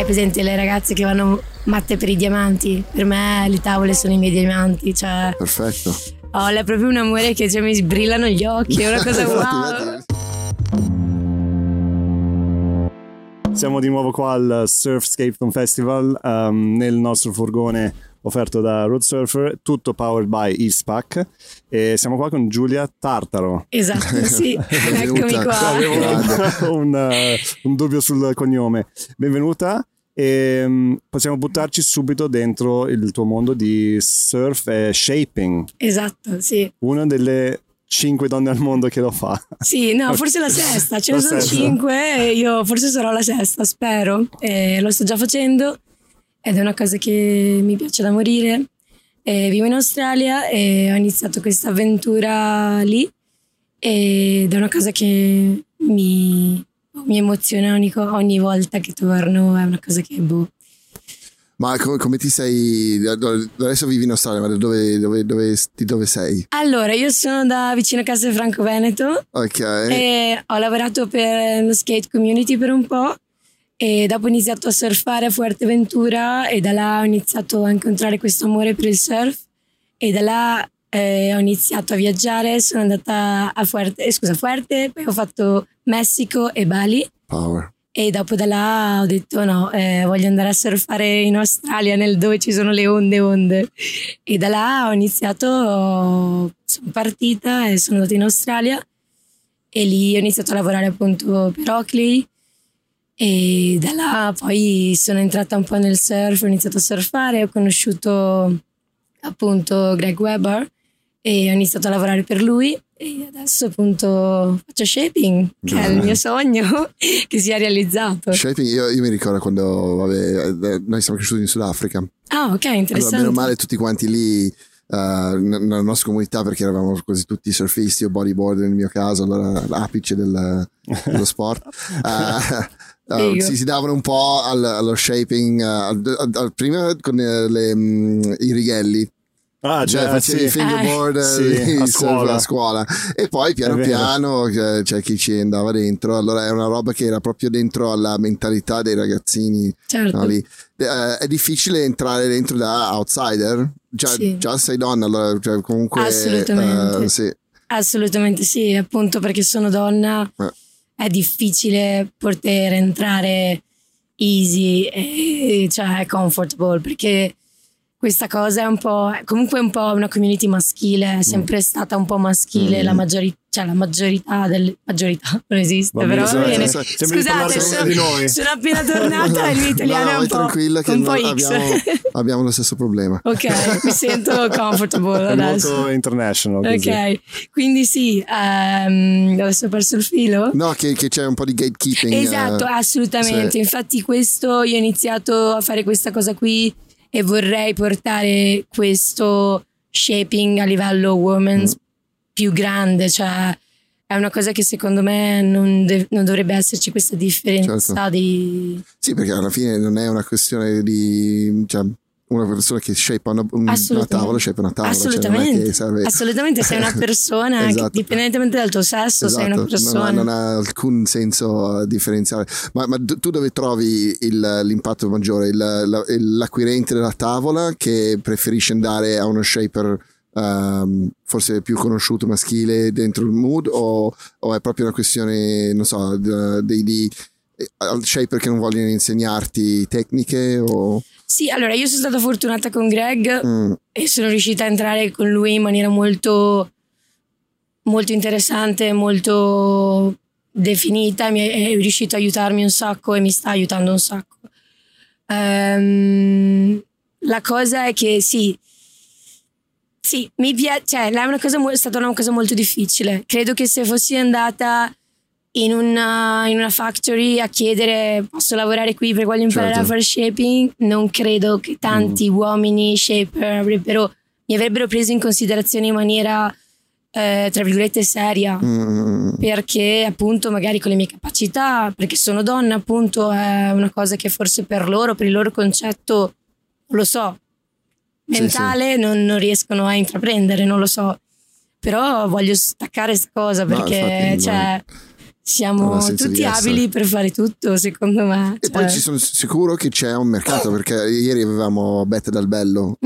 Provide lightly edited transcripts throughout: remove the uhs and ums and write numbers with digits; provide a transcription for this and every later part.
Hai presente le ragazze che vanno matte per i diamanti? Per me le tavole sono i miei diamanti, cioè perfetto. Oh, è proprio un amore che mi brillano gli occhi, è una cosa wow. Siamo di nuovo qua al Surfscape Festival, nel nostro furgone offerto da Road Surfer, tutto powered by Eastpak, e siamo qua con Giulia Tartaro. Esatto, sì, eccomi qua. Avevo un dubbio sul cognome. Benvenuta, e possiamo buttarci subito dentro il tuo mondo di surf e shaping. Esatto, sì. Una delle 5 donne al mondo che lo fa. Sì, no, forse la sesta, ce ne sono 5 e io forse sarò la sesta, spero. Lo sto già facendo ed è una cosa che mi piace da morire. Vivo in Australia e ho iniziato questa avventura lì ed è una cosa che mi emoziona ogni volta che torno, è una cosa che Ma come ti sei? Adesso vivi in Australia, ma dove sei? Allora, io sono da vicino a Castelfranco Veneto. Ok. E ho lavorato per lo skate community per un po' e dopo ho iniziato a surfare a Fuerteventura e da là ho iniziato a incontrare questo amore per il surf e da là ho iniziato a viaggiare, sono andata a Fuerte, poi ho fatto Messico e Bali. Power. E dopo da là ho detto no, voglio andare a surfare in Australia, dove ci sono le onde. E da là ho iniziato, sono partita e sono andata in Australia e lì ho iniziato a lavorare appunto per Oakley e da là poi sono entrata un po' nel surf, ho iniziato a surfare, ho conosciuto appunto Greg Webber e ho iniziato a lavorare per lui. E adesso appunto faccio shaping, che è il mio sogno che si è realizzato. Shaping, io mi ricordo quando noi siamo cresciuti in Sudafrica. Ah, ok, interessante. Allora, bene o male tutti quanti lì nella nostra comunità, perché eravamo quasi tutti surfisti o bodyboarder nel mio caso, allora l'apice dello sport. Si davano un po' allo shaping prima con i righelli. Facevi i fingerboard a scuola e poi piano piano c'è chi ci andava dentro, allora è una roba che era proprio dentro alla mentalità dei ragazzini, certo. No, lì. È difficile entrare dentro da outsider, già sei donna, allora cioè, comunque assolutamente sì, appunto perché sono donna è difficile poter entrare easy e cioè comfortable, perché questa cosa è comunque un po' una community maschile, è sempre stata un po' maschile, la maggiorità non esiste, però va bene. Scusate, sono appena tornata e il mio italiano è un po' tranquilla che un po' abbiamo lo stesso problema. Ok, mi sento comfortable adesso. Molto international così. Ok, quindi sì, adesso ho perso il filo. No, che c'è un po' di gatekeeping. Esatto, assolutamente. Sì. Infatti io ho iniziato a fare questa cosa qui e vorrei portare questo shaping a livello women's più grande, cioè è una cosa che secondo me non dovrebbe esserci questa differenza, certo. Sì, perché alla fine non è una questione di una persona che shape una tavola, shape una tavola. Assolutamente, cioè assolutamente sei una persona esatto. che, indipendentemente dal tuo sesso, sei una persona. Non ha alcun senso differenziale. Ma tu dove trovi l'impatto maggiore? L'acquirente della tavola che preferisce andare a uno shaper forse più conosciuto maschile dentro il mood, o è proprio una questione, non so, di shaper che non vogliono insegnarti tecniche o... Sì, allora io sono stata fortunata con Greg e sono riuscita a entrare con lui in maniera molto molto interessante, molto definita, è riuscito a aiutarmi un sacco e mi sta aiutando un sacco. La cosa è che sì, mi piace, cioè è stata una cosa molto difficile. Credo che se fossi andata in una factory a chiedere posso lavorare qui perché voglio imparare a fare shaping, non credo che tanti uomini shaper mi avrebbero preso in considerazione in maniera tra virgolette seria, perché appunto magari con le mie capacità, perché sono donna, appunto è una cosa che forse per il loro concetto, non lo so, mentale, non riescono a intraprendere, non lo so, però voglio staccare questa cosa perché siamo tutti abili per fare tutto, secondo me. E poi ci sono sicuro che c'è un mercato, perché ieri avevamo Bette Dal Bello,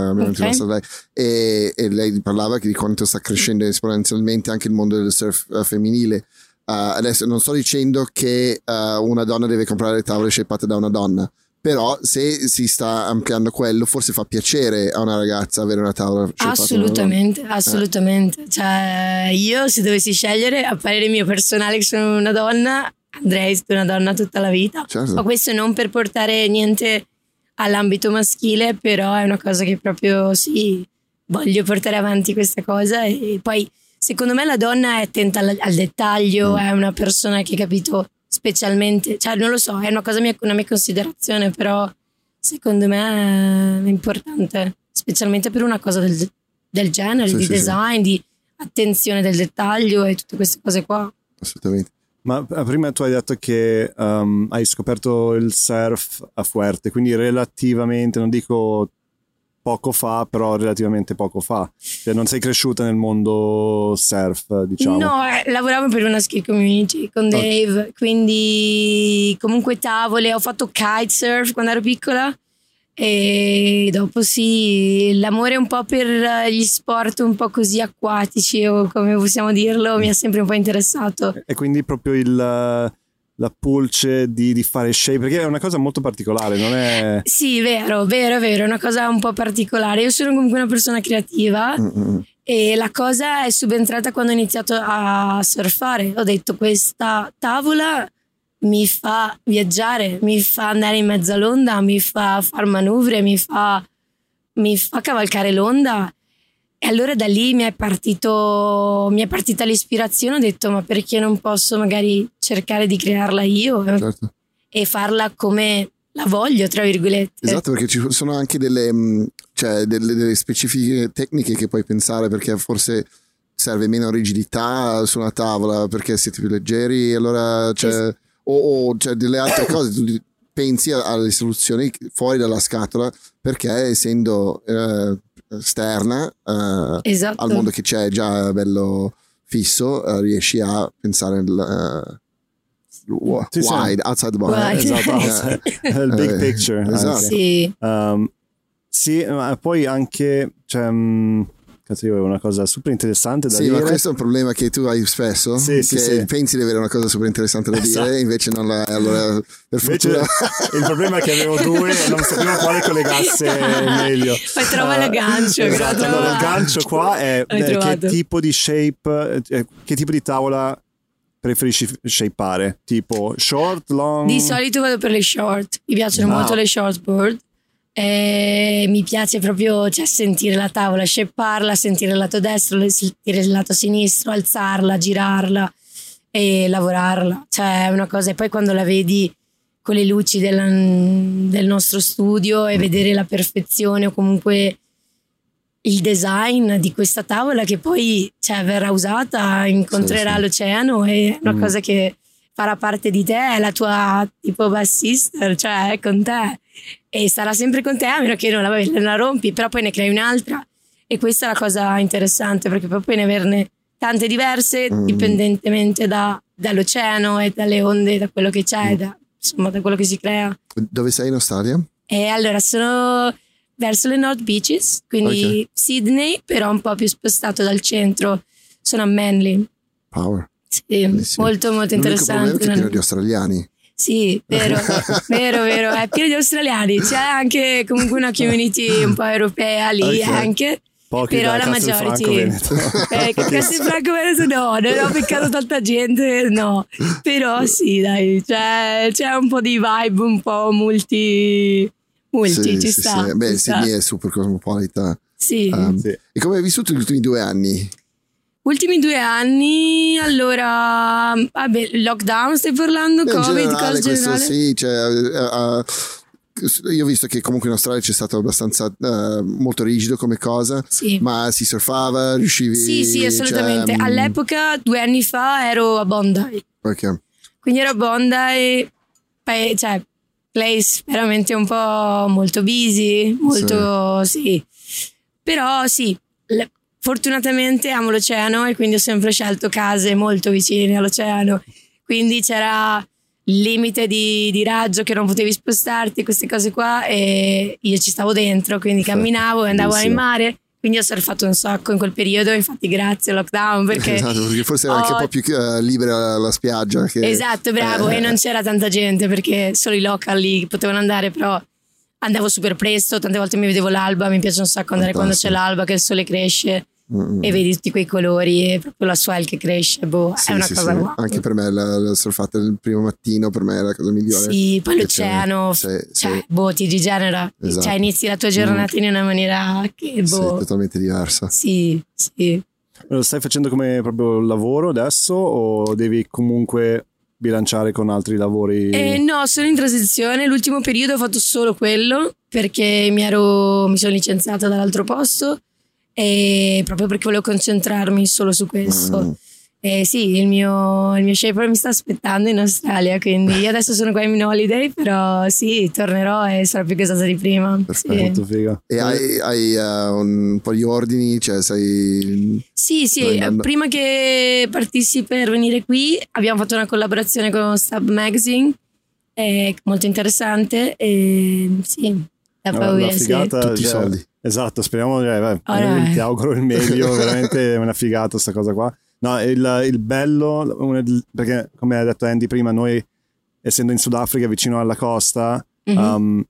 e lei parlava di quanto sta crescendo esponenzialmente anche il mondo del surf femminile. Adesso non sto dicendo che una donna deve comprare le tavole sceppate da una donna, però se si sta ampliando quello, forse fa piacere a una ragazza avere una tavola sceppata. Assolutamente. Cioè, io se dovessi scegliere, a parere mio personale, che sono una donna, andrei su una donna tutta la vita. Certo. Ma questo non per portare niente all'ambito maschile, però è una cosa che proprio voglio portare avanti questa cosa. E poi secondo me la donna è attenta al dettaglio, è una persona che, capito, specialmente, cioè non lo so, è una mia considerazione, però secondo me è importante, specialmente per una cosa del genere, di design, di attenzione del dettaglio e tutte queste cose qua. Assolutamente. Ma prima tu hai detto che hai scoperto il surf a Fuerte, quindi relativamente, non dico poco fa, però relativamente poco fa. Cioè non sei cresciuta nel mondo surf, diciamo? No, lavoravo per una ski community con Dave, quindi comunque tavole, ho fatto kitesurf quando ero piccola e dopo l'amore un po' per gli sport un po' così acquatici, o come possiamo dirlo, mi ha sempre un po' interessato. E quindi proprio la pulce di fare shape, perché è una cosa molto particolare, non è? Sì, vero, è una cosa un po' particolare. Io sono comunque una persona creativa e la cosa è subentrata quando ho iniziato a surfare. Ho detto, questa tavola mi fa viaggiare, mi fa andare in mezzo all'onda, mi fa far manovre, mi fa cavalcare l'onda. E allora da lì mi è partita l'ispirazione, ho detto, ma perché non posso magari cercare di crearla io e farla come la voglio, tra virgolette. Esatto, perché ci sono anche delle specifiche tecniche che puoi pensare, perché forse serve meno rigidità su una tavola perché siete più leggeri, allora c'è delle altre cose, tu pensi alle soluzioni fuori dalla scatola, perché essendo esterna esatto, al mondo che c'è già bello fisso, riesci a pensare wide, outside the box. Esatto, il big picture. Esatto. Sì, ma poi anche io avevo una cosa super interessante da dire. Sì, ma questo è un problema che tu hai spesso, che pensi di avere una cosa super interessante da dire, invece non la è. Allora, per fortuna. Il problema è che avevo due e non sapevo quale collegasse meglio. Poi trova l'aggancio. Esatto, il gancio qua è che tipo di shape, che tipo di tavola preferisci shapeare? Tipo short, long? Di solito vado per le short, mi piacciono molto le shortboard. Mi piace proprio, sentire la tavola, shapearla, sentire il lato destro, sentire il lato sinistro, alzarla, girarla e lavorarla, è una cosa. E poi quando la vedi con le luci del nostro studio e vedere la perfezione o comunque il design di questa tavola che poi verrà usata, incontrerà l'oceano, è una cosa che farà parte di te, è la tua tipo bassista, è con te e sarà sempre con te, a meno che non la rompi, però poi ne crei un'altra. E questa è la cosa interessante, perché poi puoi averne tante diverse dipendentemente dall'oceano e dalle onde, da quello che c'è, da quello che si crea. Dove sei in Australia? Allora sono verso le North Beaches, quindi Sydney, però un po' più spostato dal centro. Sono a Manly. Power. Sì, molto molto interessante. L'unico problema è che è pieno di australiani. Sì, vero, è pieno di australiani. C'è anche comunque una community un po' europea lì, anche. Pochi, però la majority Castelfranco Veneto non ho beccato tanta gente, no, però sì, dai, c'è un po' di vibe un po' multi ci sta. Sì. Beh, Sydney è super cosmopolita. Sì. E come hai vissuto gli ultimi 2 anni? Ultimi 2 anni, allora, lockdown stai parlando, Covid, cosa generale? Sì, io ho visto che comunque in Australia c'è stato abbastanza molto rigido come cosa, ma si surfava, riuscivi? Sì, assolutamente. All'epoca, 2 anni fa, ero a Bondi. Okay. Quindi ero a Bondi, place veramente un po' molto busy, molto sì. Però sì, fortunatamente amo l'oceano e quindi ho sempre scelto case molto vicine all'oceano. quindi c'era il limite di raggio che non potevi spostarti, queste cose qua, e io ci stavo dentro, quindi camminavo e andavo in mare. Quindi ho surfato un sacco in quel periodo, infatti grazie al lockdown, perché esatto, perché forse era anche un po' più libera la spiaggia che... Esatto, bravo, e non c'era tanta gente perché solo i local lì potevano andare, però andavo super presto, tante volte mi vedevo l'alba, mi piace un sacco andare quando c'è l'alba, che il sole cresce e vedi tutti quei colori e proprio la swell che cresce, è una cosa wow. Anche per me la surfata il primo mattino per me è la cosa migliore. Sì, poi l'oceano, ti rigenera, esatto. Cioè inizi la tua giornata in una maniera che totalmente diversa. Sì. Lo stai facendo come proprio lavoro adesso o devi comunque bilanciare con altri lavori? No, sono in transizione. L'ultimo periodo ho fatto solo quello perché mi sono licenziata dall'altro posto e proprio perché volevo concentrarmi solo su questo. Sì, il mio shaper mi sta aspettando in Australia, quindi io adesso sono qua in holiday, però sì, tornerò e sarà più casata di prima. Perfetto, sì. Molto figa. E hai un po' di ordini? Cioè sei... Sì, prima che partissi per venire qui abbiamo fatto una collaborazione con Stab Magazine, molto interessante, e sì, la paura, la figata, tutti i soldi. Esatto, speriamo, ti auguro il meglio, veramente è una figata sta cosa qua. No, il bello, perché come ha detto Andy prima, noi essendo in Sudafrica vicino alla costa, il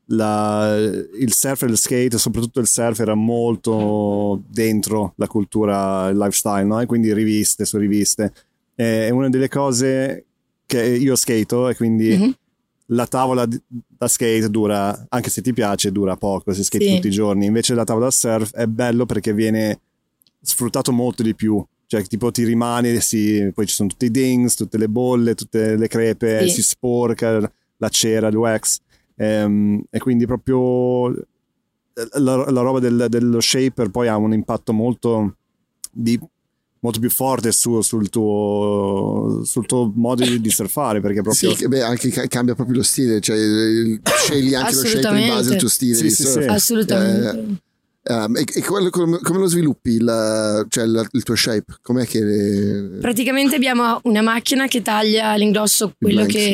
surf e il skate, soprattutto il surf, era molto dentro la cultura, il lifestyle, no? E quindi riviste su riviste. È una delle cose che io skato e quindi la tavola da skate dura, anche se ti piace, dura poco, se skate tutti i giorni. Invece la tavola da surf è bello perché viene sfruttato molto di più. Cioè tipo ti rimane, poi ci sono tutti i dings, tutte le bolle, tutte le crepe, si sporca la cera, il wax, e quindi proprio la roba dello shaper poi ha un impatto molto più forte sul tuo modo di surfare, perché proprio anche cambia proprio lo stile, cioè scegli anche lo shaper in base al tuo stile di surf. Assolutamente. E come lo sviluppi il tuo shape? Com'è che... Praticamente abbiamo una macchina che taglia l'ingrosso, quello che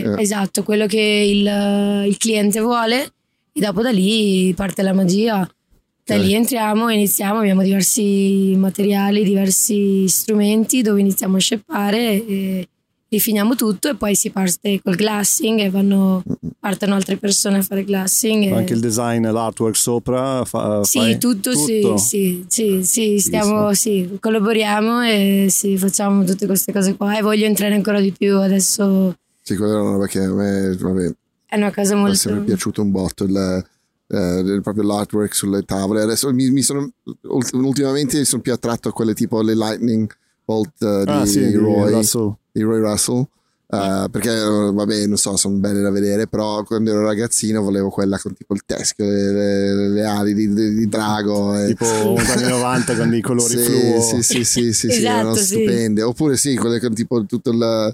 il cliente vuole, e dopo da lì parte la magia. Da lì entriamo e iniziamo, abbiamo diversi materiali, diversi strumenti dove iniziamo a shapeare e rifiniamo tutto, e poi si parte col glassing e partono altre persone a fare glassing. Anche il design, l'artwork sopra? Tutto. Sì, collaboriamo e collaboriamo tutte queste cose qua, e voglio entrare ancora di più adesso. Sì, quella è una roba che a me è una cosa molto... mi è sempre piaciuto un botto, proprio l'artwork sulle tavole. Adesso ultimamente sono più attratto a quelle tipo le Lightning Bolt di Roy Russell, perché non so, sono belle da vedere, però quando ero ragazzino volevo quella con tipo il teschio, le ali di drago, tipo un anni 90 con i colori fluo. Sì, erano stupende. Oppure quelle con tipo tutto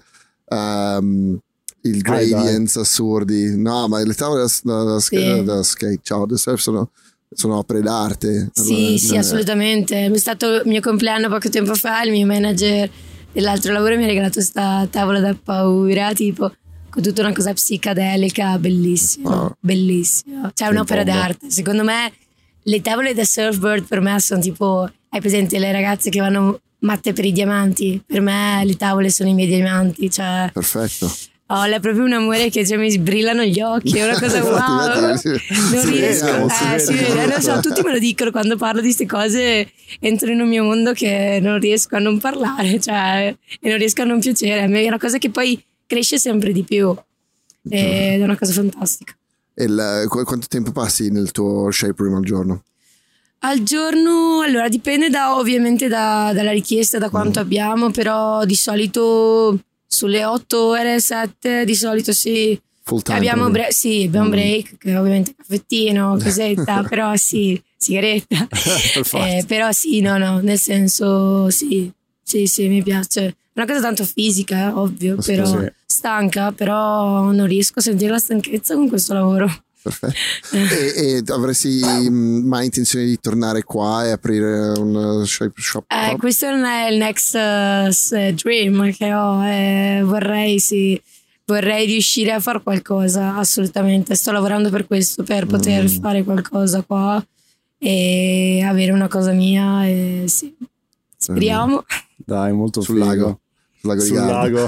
il gradients assurdi. No, ma le tavole da skate, da surf sono opere d'arte. Sì, assolutamente. È stato il mio compleanno poco tempo fa, il mio manager dell'altro lavoro mi ha regalato sta tavola da paura, tipo con tutta una cosa psicadelica, bellissima, bellissima. Cioè un'opera d'arte. Secondo me le tavole da surfboard per me sono tipo, hai presente le ragazze che vanno matte per i diamanti? Per me le tavole sono i miei diamanti, cioè... Perfetto. È proprio un amore che mi brillano gli occhi, è una cosa wow. Non riesco, tutti me lo dicono quando parlo di queste cose, entro in un mio mondo che non riesco a non parlare, cioè, e non riesco a non piacere. A me è una cosa che poi cresce sempre di più, ed è una cosa fantastica. E quanto tempo passi nel tuo shape room al giorno? Al giorno, allora dipende ovviamente dalla richiesta, da quanto abbiamo, però di solito sulle 8 ore, 7 di solito sì. Full time. Abbiamo break, che ovviamente caffettino, cosetta, però sì, sigaretta. Però sì, no, nel senso sì, mi piace. È una cosa tanto fisica, ovvio, però stanca, però non riesco a sentire la stanchezza con questo lavoro. Perfetto. E avresti mai intenzione di tornare qua e aprire un shop? Questo non è il next dream che ho. Vorrei riuscire a fare qualcosa, assolutamente. Sto lavorando per questo, per poter fare qualcosa qua e avere una cosa mia. E sì, speriamo. Dai, molto sul lago. Sul lago.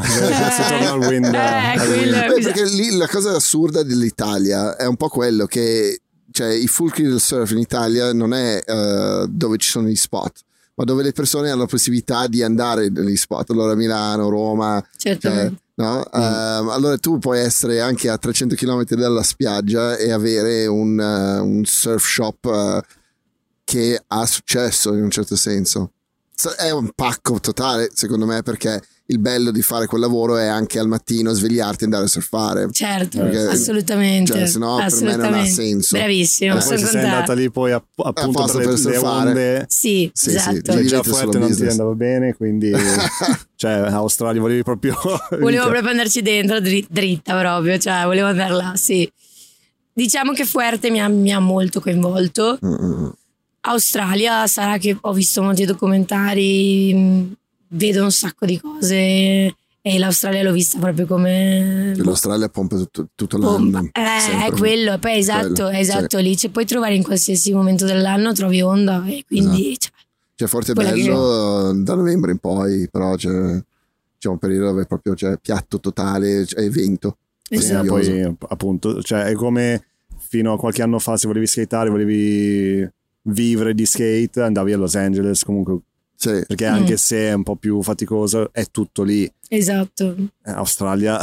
Perché lì la cosa assurda dell'Italia è un po' quello che, cioè, i fulcri del surf in Italia non è dove ci sono gli spot, ma dove le persone hanno la possibilità di andare negli spot. Allora Milano, Roma, certamente. No? Allora tu puoi essere anche a 300 km dalla spiaggia e avere un surf shop che ha successo in un certo senso. È un pacco totale secondo me, perché il bello di fare quel lavoro è anche al mattino svegliarti e andare a surfare. Certo, assolutamente. Cioè, se no per me non ha senso. Bravissimo. Poi se sei andata lì poi appunto per le onde. Sì, esatto. Cioè, già forte non ti andava bene, quindi cioè Australia volevi proprio volevo proprio andarci dentro dritta proprio, cioè volevo andare là, sì. Diciamo che Fuerte mi ha molto coinvolto. Australia sarà che ho visto molti documentari, vedo un sacco di cose e l'Australia l'ho vista proprio come l'Australia pompa tutto l'anno. È quello, poi esatto, sì. Lì puoi trovare in qualsiasi momento dell'anno, trovi onda e quindi esatto. Cioè Forte è bello da novembre in poi, però c'è un periodo dove proprio c'è piatto totale, c'è evento. Esatto. Poi appunto, cioè è come fino a qualche anno fa, se volevi skateare, volevi vivere di skate, andavi a Los Angeles comunque, sì. Perché anche se è un po' più faticoso è tutto lì. Esatto. Australia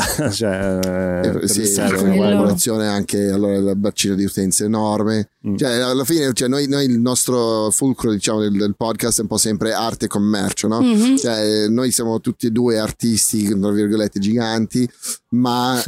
cioè sì, c'è una collaborazione anche, allora la bacino di utenze enorme, cioè alla fine, cioè, noi il nostro fulcro, diciamo, del podcast è un po' sempre arte e commercio, no? Cioè noi siamo tutti e due artisti tra virgolette giganti, ma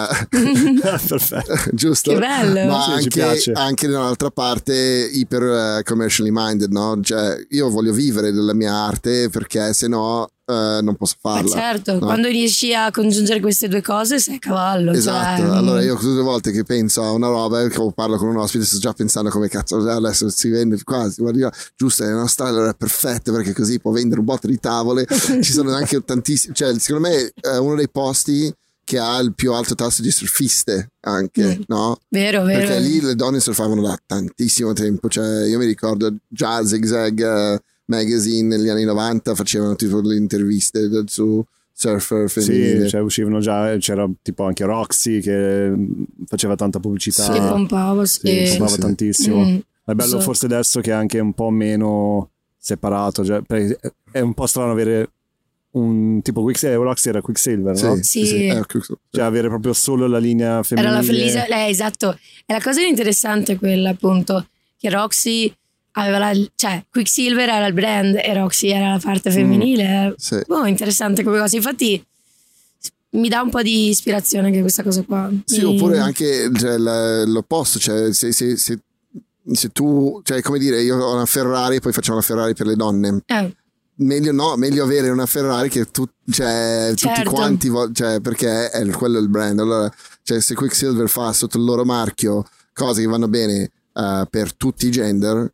perfetto. Giusto? Che bello. Ma sì, anche dall'altra parte iper commercially minded, no? Cioè io voglio vivere della mia arte, perché se no non posso farla. Certo, no? Quando riesci a congiungere queste due cose sei a cavallo. Esatto, cioè, allora io tutte le volte che penso a una roba, che parlo con un ospite, sto già pensando come cazzo adesso si vende qua, si guarda, giusto, è una storia, è perfetta, perché così può vendere un botto di tavole. Ci sono anche tantissimi, cioè secondo me è uno dei posti che ha il più alto tasso di surfiste anche, no? Vero. Perché lì le donne surfavano da tantissimo tempo, cioè io mi ricordo già Zig-Zag Magazine negli anni 90 facevano tipo le interviste su surfer femminile. Sì, cioè uscivano già, c'era tipo anche Roxy che faceva tanta pubblicità, sì, pompava tantissimo. È bello forse adesso che è anche un po' meno separato, cioè, è un po' strano avere un tipo Roxy era Quicksilver, no? Sì. Cioè avere proprio solo la linea femminile. Era la esatto. E la cosa interessante è quella, appunto, che Roxy aveva cioè Quicksilver era il brand e Roxy era la parte femminile. Sì. Interessante come cosa. Infatti mi dà un po' di ispirazione anche questa cosa qua. Sì, oppure anche, cioè, l'opposto, cioè se tu, cioè come dire, io ho una Ferrari e poi facciamo una Ferrari per le donne. Meglio avere una Ferrari che certo. tutti quanti cioè, perché quello è il brand. Allora, cioè, se Quicksilver fa sotto il loro marchio cose che vanno bene per tutti i gender,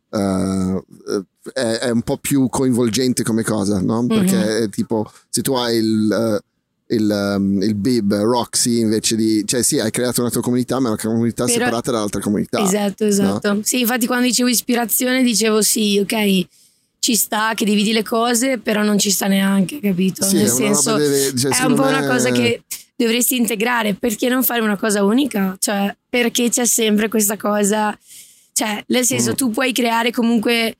è un po' più coinvolgente come cosa, no? Perché è tipo, se tu hai il bib Roxy, invece di, cioè sì, hai creato una tua comunità, ma è una comunità separata dall'altra comunità. Esatto. No? Sì, infatti quando dicevo ispirazione dicevo sì, ok, ci sta che dividi le cose, però non ci sta neanche, capito? Sì, nel senso è un po' una cosa che dovresti integrare. Perché non fare una cosa unica? Cioè, perché c'è sempre questa cosa, cioè nel senso tu puoi creare comunque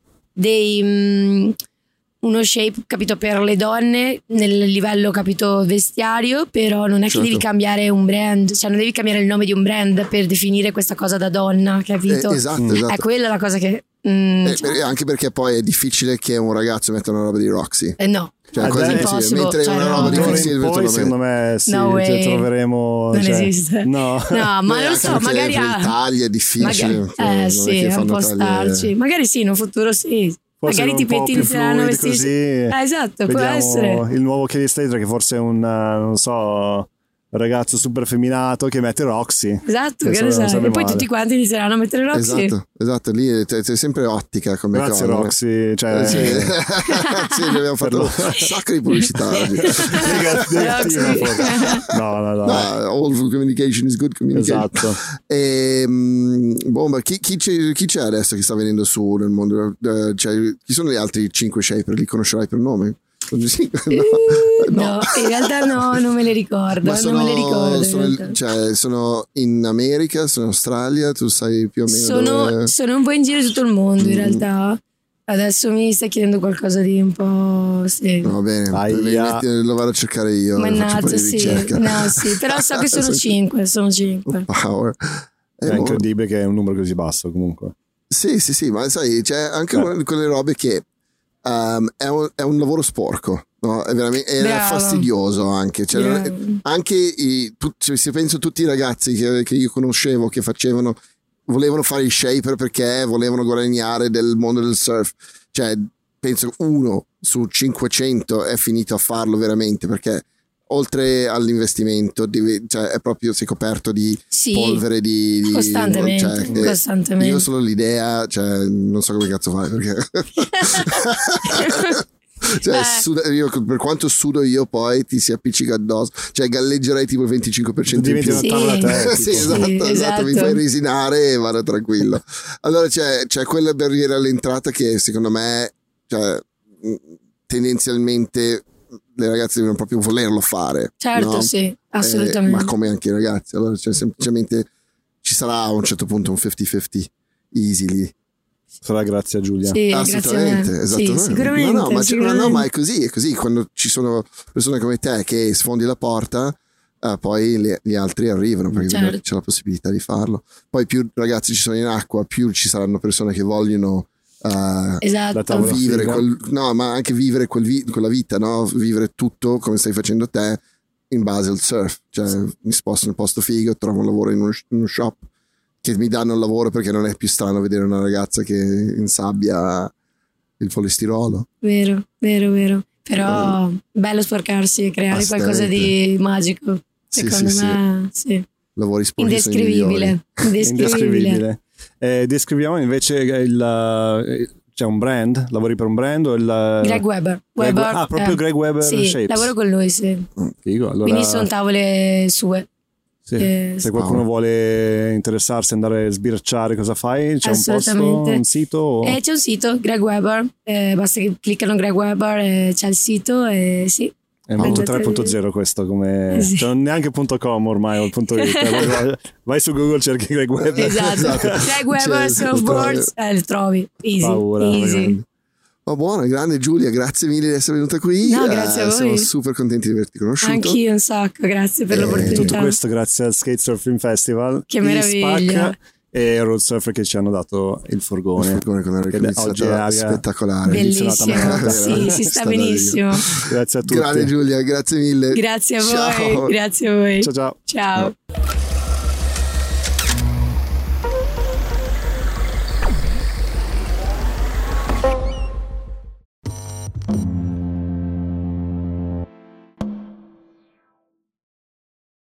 uno shape, capito, per le donne nel livello, capito, vestiario, però non è che devi cambiare un brand, cioè non devi cambiare il nome di un brand per definire questa cosa da donna, capito? Esatto. È quella la cosa che anche perché poi è difficile che un ragazzo metta una roba di Roxy. No. Cioè, quasi mentre una roba di Quicksilver poi secondo me sì, troveremo. Non esiste. No, ma non lo so, magari in Italia è difficile. Sì, è un po' starci. Magari sì, in un futuro sì. Forse magari ti inizieranno a vestirsi. Esatto, vediamo può essere. Il nuovo Kelly Slater, che forse è non so, ragazzo super effeminato che mette Roxy. Esatto, che ne sai. E poi tutti quanti inizieranno a mettere Roxy. Esatto, lì c'è sempre ottica come grazie cosa. Roxy, cioè sì, sì, abbiamo fatto un sacco di pubblicità oggi. No, all communication is good communication. Esatto. Ma chi c'è adesso che sta venendo su nel mondo? Cioè, chi sono gli altri 5 shaper? Li conoscerai per nome? No, in realtà no, non me le ricordo. Sono in America, sono in Australia, tu sai più o meno sono un po' in giro tutto il mondo in realtà. Adesso mi stai chiedendo qualcosa di un po'. Sì. Va bene, lo vado a cercare io. Mannaggia, sì. No, sì, però so che sono 5. Power. È incredibile che è un numero così basso comunque. Sì, ma sai, c'è anche quelle robe che è un lavoro sporco, no? È veramente fastidioso anche. Cioè, anche se penso a tutti i ragazzi che io conoscevo che volevano fare i shaper perché volevano guadagnare del mondo del surf. Cioè, penso 1 su 500 è finito a farlo veramente perché oltre all'investimento è proprio si è coperto di polvere di costantemente. Io solo l'idea, cioè non so come cazzo fare perché io, per quanto sudo io poi ti si appiccica addosso, cioè galleggerei tipo il 25% in più. Esatto, mi fai resinare e vado tranquillo. Allora c'è quella barriera all'entrata che secondo me tendenzialmente le ragazze devono proprio volerlo fare. Certo, no? Sì, assolutamente. Ma come anche i ragazzi. Allora semplicemente ci sarà a un certo punto un 50-50 easy lì. Sarà grazie a Giulia. Sì, assolutamente, esattamente. Sì, sicuramente, ma è così quando ci sono persone come te che sfondi la porta, poi gli altri arrivano perché c'è la possibilità di farlo. Poi più ragazzi ci sono in acqua, più ci saranno persone che vogliono vivere ma anche vivere quella vita, no? Vivere tutto come stai facendo te in base al surf. Cioè mi sposto nel posto figo, trovo un lavoro in uno shop che mi danno il lavoro perché non è più strano vedere una ragazza che insabbia il polistirolo. Vero. Però bello sporcarsi e creare qualcosa di magico. Secondo me sì. Lavori sporchi indescrivibile. Descriviamo invece c'è un brand, lavori per un brand o Greg Weber. Proprio Greg Weber sì, Shapes. Lavoro con lui, sì. Figo, allora... Quindi sono tavole sue. Sì. Se qualcuno vuole interessarsi, andare a sbirciare cosa fai, c'è un posto, un sito? C'è un sito, Greg Weber, basta che cliccano Greg Weber, c'è il sito e sì. È molto 3.0 questo, come cioè, neanche .com ormai o .it. vai su Google, cerchi Greg Weber. Esatto. Greg Weber Surfboards, lo trovi. Easy. Oh, buono, grande Giulia, grazie mille di essere venuta qui. No, grazie a voi. Siamo super contenti di averti conosciuto. Anch'io un sacco, grazie per l'opportunità. Tutto questo grazie al Skate Surfing Festival. Che meraviglia. E Road Surfer che ci hanno dato il furgone con una ricominciata spettacolare. Bellissimo, sì, si sta benissimo. Grazie a tutti. Grande Giulia, grazie mille. Grazie a voi. Ciao. Ciao.